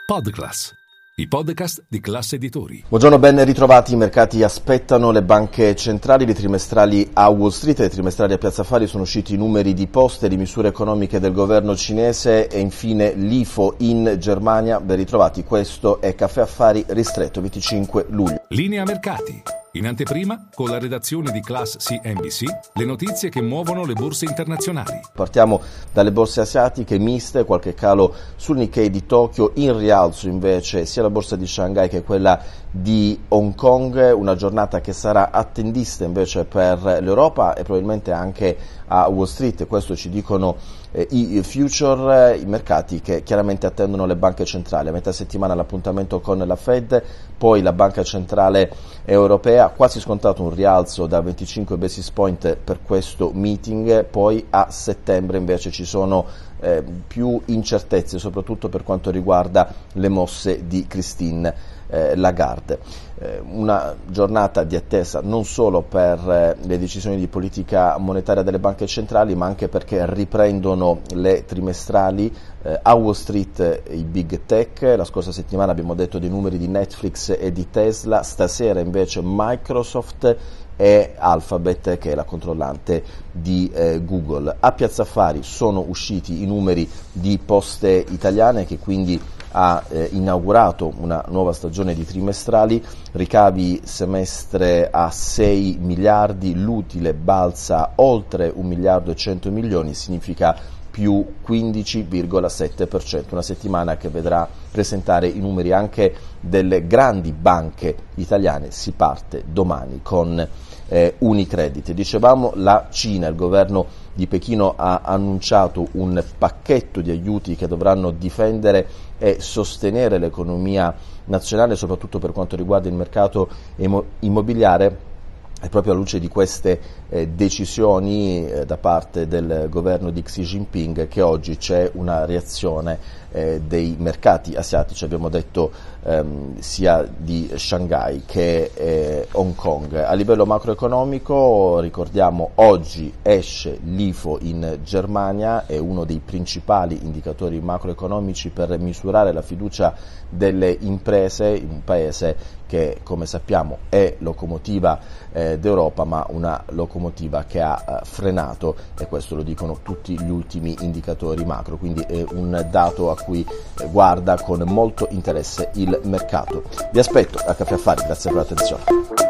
Podclass, i podcast di Class Editori. Buongiorno, ben ritrovati. I mercati aspettano le banche centrali, le trimestrali a Wall Street e le trimestrali a Piazza Affari. Sono usciti i numeri di poste, di misure economiche del governo cinese e infine l'IFO in Germania. Ben ritrovati, questo è Caffè Affari ristretto, 25 luglio. Linea mercati. In anteprima, con la redazione di Class CNBC, le notizie che muovono le borse internazionali. Partiamo dalle borse asiatiche miste, qualche calo sul Nikkei di Tokyo, in rialzo invece sia la borsa di Shanghai che quella di Hong Kong, una giornata che sarà attendista invece per l'Europa e probabilmente anche a Wall Street. Questo ci dicono i future, i mercati che chiaramente attendono le banche centrali. A metà settimana l'appuntamento con la Fed, poi la Banca Centrale Europea, quasi scontato un rialzo da 25 basis point per questo meeting, poi a settembre invece ci sono più incertezze, soprattutto per quanto riguarda le mosse di Christine Lagarde. Una giornata di attesa non solo per le decisioni di politica monetaria delle banche centrali, ma anche perché riprendono le trimestrali a Wall Street i big tech. La scorsa settimana abbiamo detto dei numeri di Netflix e di Tesla, stasera invece Microsoft e Alphabet, che è la controllante di Google. A Piazza Affari sono usciti i numeri di Poste Italiane, che quindi ha inaugurato una nuova stagione di trimestrali, ricavi semestre a 6 miliardi, l'utile balza oltre 1 miliardo e 100 milioni, significa più 15,7%, una settimana che vedrà presentare i numeri anche delle grandi banche italiane. Si parte domani con Unicredit. Dicevamo, la Cina, il governo di Pechino ha annunciato un pacchetto di aiuti che dovranno difendere e sostenere l'economia nazionale, soprattutto per quanto riguarda il mercato immobiliare. E proprio alla luce di queste decisioni da parte del governo di Xi Jinping che oggi c'è una reazione dei mercati asiatici, abbiamo detto sia di Shanghai che Hong Kong. A livello macroeconomico, ricordiamo, oggi esce l'IFO in Germania, è uno dei principali indicatori macroeconomici per misurare la fiducia delle imprese in un paese che, come sappiamo, è locomotiva d'Europa, ma una locomotiva che ha frenato, e questo lo dicono tutti gli ultimi indicatori macro, quindi è un dato a cui guarda con molto interesse il mercato. Vi aspetto a Caffè Affari, grazie per l'attenzione.